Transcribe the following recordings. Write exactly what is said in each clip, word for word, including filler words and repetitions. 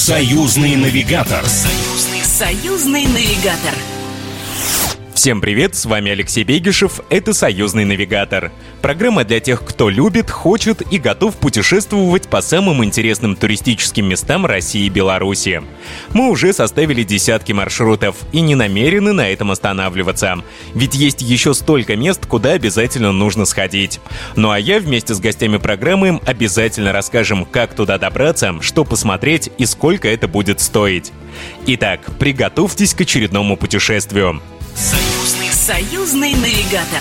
Союзный навигатор. Союзный, союзный навигатор. Всем привет, с вами Алексей Бегишев, это «Союзный навигатор». Программа для тех, кто любит, хочет и готов путешествовать по самым интересным туристическим местам России и Беларуси. Мы уже составили десятки маршрутов и не намерены на этом останавливаться. Ведь есть еще столько мест, куда обязательно нужно сходить. Ну а я вместе с гостями программы обязательно расскажем, как туда добраться, что посмотреть и сколько это будет стоить. Итак, приготовьтесь к очередному путешествию. Союзный, союзный навигатор.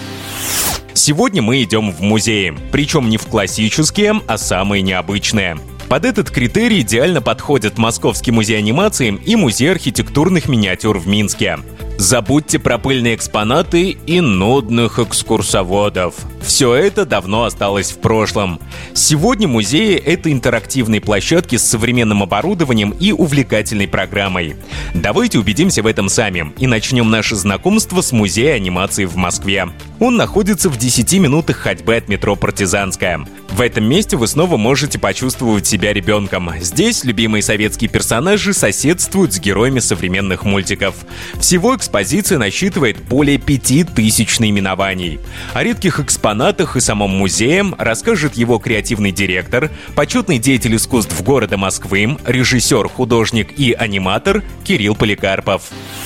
Сегодня мы идем в музеи, причем не в классические, а самые необычные. Под этот критерий идеально подходят Московский музей анимации и Музей архитектурных миниатюр в Минске. Забудьте про пыльные экспонаты и нудных экскурсоводов. Все это давно осталось в прошлом. Сегодня музеи — это интерактивные площадки с современным оборудованием и увлекательной программой. Давайте убедимся в этом сами и начнем наше знакомство с Музеем анимации в Москве. Он находится в десяти минутах ходьбы от метро «Партизанская». В этом месте вы снова можете почувствовать себя ребенком. Здесь любимые советские персонажи соседствуют с героями современных мультиков. Всего экспозиция насчитывает более пяти тысяч наименований. О редких экспонатах и самом музее расскажет его креативный директор, почетный деятель искусств города Москвы, режиссер, художник и аниматор Кирилл Поликарпов.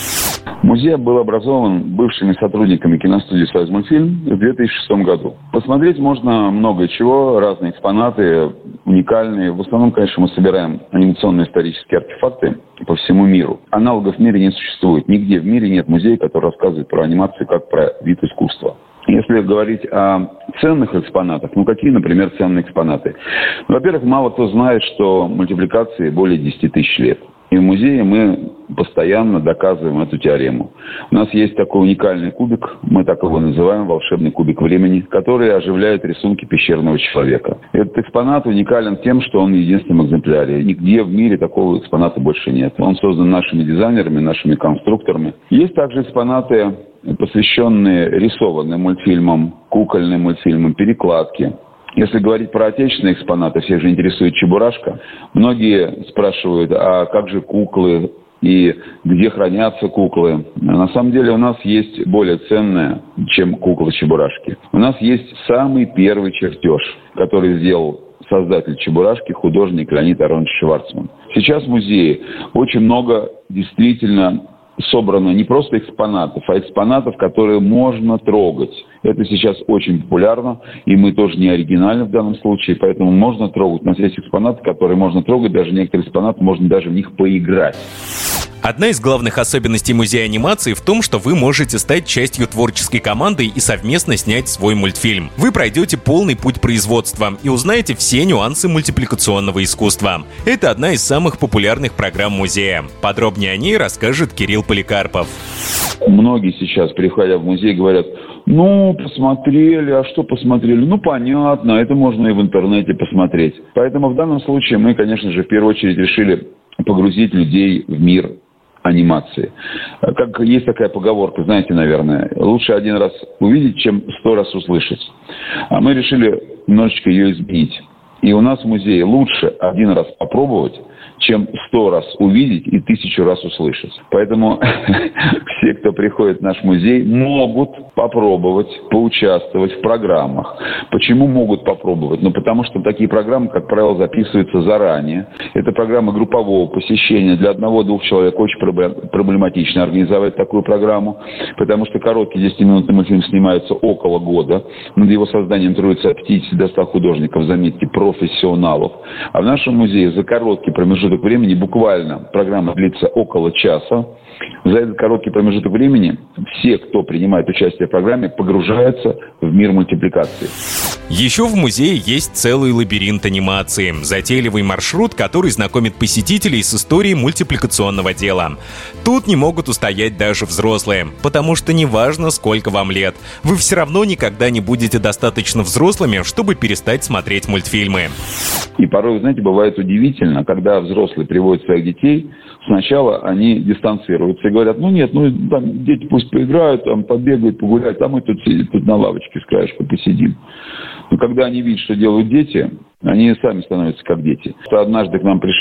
Музей был образован бывшими сотрудниками киностудии «Союзмультфильм» в две тысячи шестом году. Посмотреть можно много чего, разные экспонаты, уникальные. В основном, конечно, мы собираем анимационные исторические артефакты по всему миру. Аналогов в мире не существует. Нигде в мире нет музея, который рассказывает про анимацию как про вид искусства. Если говорить о ценных экспонатах, ну какие, например, ценные экспонаты? Ну, во-первых, мало кто знает, что мультипликации более десяти тысяч лет. И в музее мы постоянно доказываем эту теорему. У нас есть такой уникальный кубик, мы так его называем, волшебный кубик времени, который оживляет рисунки пещерного человека. Этот экспонат уникален тем, что он в единственном экземпляре. Нигде в мире такого экспоната больше нет. Он создан нашими дизайнерами, нашими конструкторами. Есть также экспонаты, посвященные рисованным мультфильмам, кукольным мультфильмам, перекладке. Если говорить про отечественные экспонаты, всех же интересует Чебурашка. Многие спрашивают, а как же куклы и где хранятся куклы? На самом деле у нас есть более ценное, чем кукла Чебурашки. У нас есть самый первый чертеж, который сделал создатель Чебурашки, художник Леонид Аронович Шварцман. Сейчас в музее очень много действительно собрано не просто экспонатов, а экспонатов, которые можно трогать. Это сейчас очень популярно, и мы тоже не оригинальны в данном случае, поэтому можно трогать. У нас есть экспонаты, которые можно трогать, даже некоторые экспонаты можно даже в них поиграть. Одна из главных особенностей музея анимации в том, что вы можете стать частью творческой команды и совместно снять свой мультфильм. Вы пройдете полный путь производства и узнаете все нюансы мультипликационного искусства. Это одна из самых популярных программ музея. Подробнее о ней расскажет Кирилл Поликарпов. Многие сейчас, приходя в музей, говорят: ну, посмотрели, а что посмотрели? Ну, понятно, это можно и в интернете посмотреть. Поэтому в данном случае мы, конечно же, в первую очередь решили погрузить людей в мир анимации. Как есть такая поговорка, знаете, наверное, лучше один раз увидеть, чем сто раз услышать. А мы решили немножечко ее изменить. И у нас в музее лучше один раз попробовать, чем сто раз увидеть и тысячу раз услышать. Поэтому все, кто приходит в наш музей, могут попробовать поучаствовать в программах. Почему могут попробовать? Ну, потому что такие программы, как правило, записываются заранее. Это программа группового посещения. Для одного-двух человек очень проблематично организовать такую программу, потому что короткий десятиминутный мультфильм снимается около года. Над его созданием трудится от пятидесяти до ста художников, заметьте, профессионалов. А в нашем музее за короткий промежуток времени, буквально программа длится около часа. За этот короткий промежуток времени все, кто принимает участие в программе, погружаются в мир мультипликации. Еще в музее есть целый лабиринт анимации. Затейливый маршрут, который знакомит посетителей с историей мультипликационного дела. Тут не могут устоять даже взрослые, потому что неважно, сколько вам лет, вы все равно никогда не будете достаточно взрослыми, чтобы перестать смотреть мультфильмы. И порой, знаете, бывает удивительно, когда взрослые приводят своих детей, сначала они дистанцируются и говорят: ну нет, ну там дети пусть поиграют, там побегают, погуляют, а мы тут, тут на лавочке с краешку посидим. Но когда они видят, что делают дети, они сами становятся как дети. Однажды к нам пришли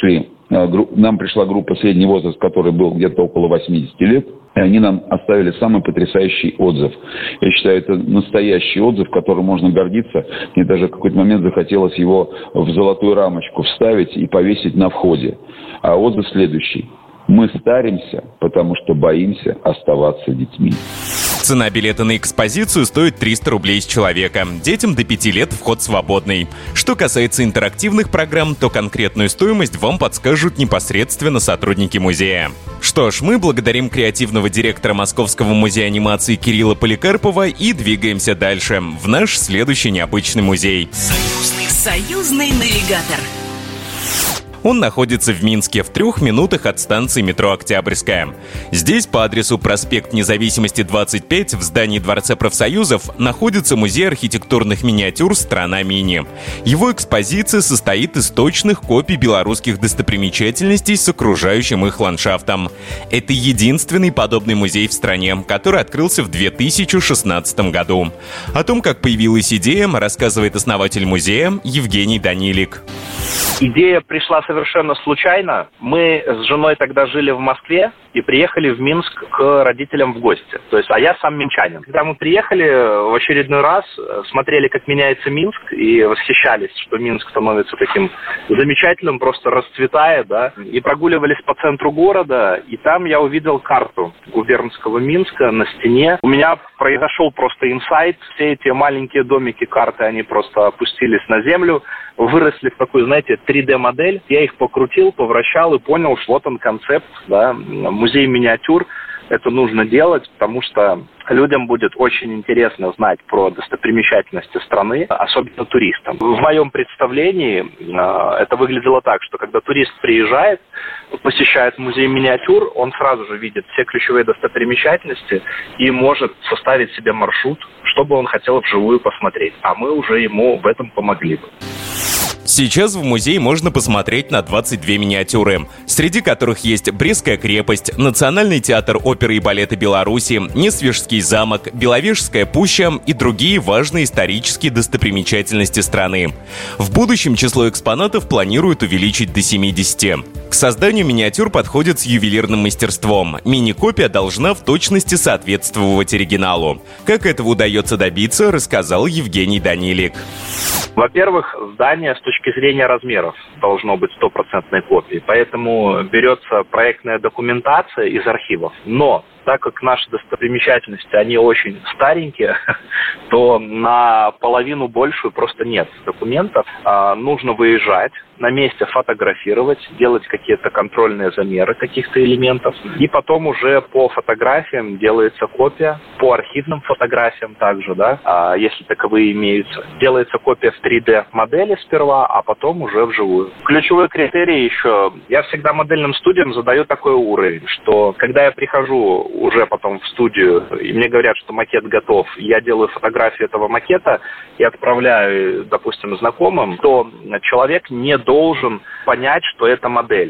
Нам пришла группа средний возраст, который был где-то около восемьдесят лет. И они нам оставили самый потрясающий отзыв. Я считаю, это настоящий отзыв, которым можно гордиться. Мне даже в какой-то момент захотелось его в золотую рамочку вставить и повесить на входе. А отзыв следующий. Мы старимся, потому что боимся оставаться детьми. Цена билета на экспозицию стоит триста рублей с человека. Детям до пяти лет вход свободный. Что касается интерактивных программ, то конкретную стоимость вам подскажут непосредственно сотрудники музея. Что ж, мы благодарим креативного директора Московского музея анимации Кирилла Поликарпова и двигаемся дальше, в наш следующий необычный музей. Союзный, союзный навигатор. Он находится в Минске, в трех минутах от станции метро «Октябрьская». Здесь по адресу проспект Независимости, двадцать пять, в здании Дворца профсоюзов, находится музей архитектурных миниатюр «Страна Мини». Его экспозиция состоит из точных копий белорусских достопримечательностей с окружающим их ландшафтом. Это единственный подобный музей в стране, который открылся в две тысячи шестнадцатом году. О том, как появилась идея, рассказывает основатель музея Евгений Данилик. Идея пришла совершенно случайно. Мы с женой тогда жили в Москве и приехали в Минск к родителям в гости. То есть, а я сам минчанин. Когда мы приехали в очередной раз, смотрели, как меняется Минск, и восхищались, что Минск становится таким замечательным, просто расцветает, да. И прогуливались по центру города, и там я увидел карту губернского Минска на стене. У меня произошел просто инсайт. Все эти маленькие домики карты, они просто опустились на землю, выросли в такую, знаете, три дэ-модель. Я их покрутил, повращал и понял, что вот он концепт, да, музей миниатюр. Это нужно делать, потому что людям будет очень интересно знать про достопримечательности страны, особенно туристам. В моем представлении э, это выглядело так, что когда турист приезжает, посещает музей миниатюр, он сразу же видит все ключевые достопримечательности и может составить себе маршрут, что бы он хотел вживую посмотреть. А мы уже ему в этом помогли бы. Сейчас в музее можно посмотреть на двадцать две миниатюры, среди которых есть Брестская крепость, Национальный театр оперы и балета Беларуси, Несвежский замок, Беловежская пуща и другие важные исторические достопримечательности страны. В будущем число экспонатов планируют увеличить до семидесяти. К созданию миниатюр подходят с ювелирным мастерством. Мини-копия должна в точности соответствовать оригиналу. Как этого удается добиться, рассказал Евгений Данилик. Во-первых, здание с точки зрения размеров должно быть стопроцентной копией, поэтому берется проектная документация из архивов. Но так как наши достопримечательности, они очень старенькие, то на половину большую просто нет документов. А, нужно выезжать, на месте фотографировать, делать какие-то контрольные замеры каких-то элементов. И потом уже по фотографиям делается копия, по архивным фотографиям также, да, а, если таковые имеются. Делается копия в три дэ-модели сперва, а потом уже вживую. Ключевой критерий еще, я всегда модельным студиям задаю такой уровень, что когда я прихожу уже потом в студию, и мне говорят, что макет готов, я делаю фотографию этого макета и отправляю, допустим, знакомым, то человек не должен понять, что это модель.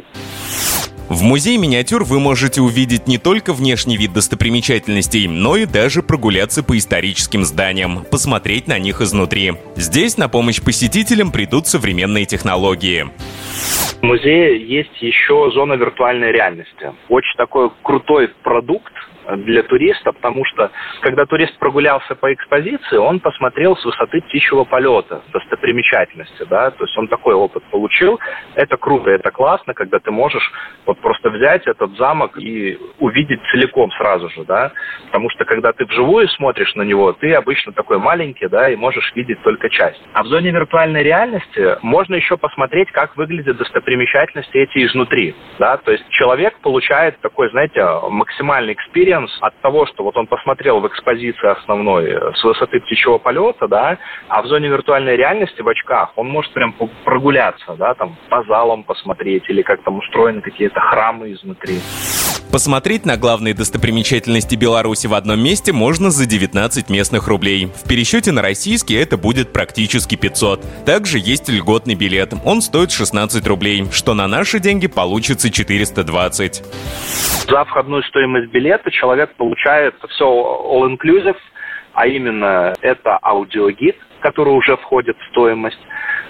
В музее миниатюр вы можете увидеть не только внешний вид достопримечательностей, но и даже прогуляться по историческим зданиям, посмотреть на них изнутри. Здесь на помощь посетителям придут современные технологии. В музее есть еще зона виртуальной реальности. Очень такой крутой продукт для туриста, потому что, когда турист прогулялся по экспозиции, он посмотрел с высоты птичьего полета достопримечательности, да, то есть он такой опыт получил. Это круто, это классно, когда ты можешь вот просто взять этот замок и увидеть целиком сразу же, да, потому что, когда ты вживую смотришь на него, ты обычно такой маленький, да, и можешь видеть только часть. А в зоне виртуальной реальности можно еще посмотреть, как выглядят достопримечательности эти изнутри, да, то есть человек получает такой, знаете, максимальный экспириенс от того, что вот он посмотрел в экспозиции основной с высоты птичьего полета, да, а в зоне виртуальной реальности в очках он может прям прогуляться, да, там по залам посмотреть или как там устроены какие-то храмы изнутри. Посмотреть на главные достопримечательности Беларуси в одном месте можно за девятнадцать местных рублей. В пересчете на российские это будет практически пятьсот. Также есть льготный билет. Он стоит шестнадцать рублей, что на наши деньги получится четыреста двадцать. За входную стоимость билета человек получает все all-inclusive, а именно это аудиогид, который уже входит в стоимость.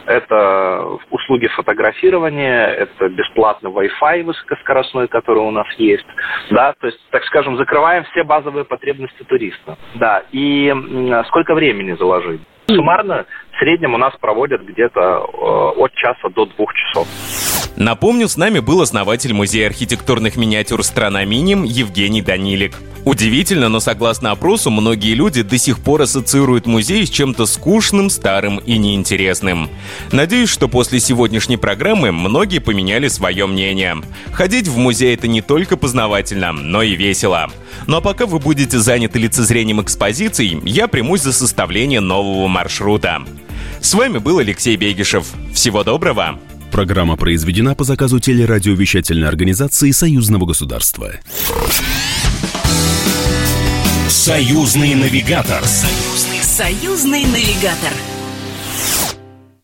Это услуги фотографирования, это бесплатный Wi-Fi высокоскоростной, который у нас есть. Да, то есть, так скажем, закрываем все базовые потребности туриста. Да, и сколько времени заложить? Суммарно в среднем у нас проводят где-то э, от часа до двух часов. Напомню, с нами был основатель Музея архитектурных миниатюр «Страна Миним» Евгений Данилик. Удивительно, но согласно опросу, многие люди до сих пор ассоциируют музей с чем-то скучным, старым и неинтересным. Надеюсь, что после сегодняшней программы многие поменяли свое мнение. Ходить в музей — это не только познавательно, но и весело. Ну а пока вы будете заняты лицезрением экспозиций, я примусь за составление нового маршрута. С вами был Алексей Бегишев. Всего доброго! Программа произведена по заказу телерадиовещательной организации Союзного государства. Союзный навигатор. Союзный, союзный навигатор.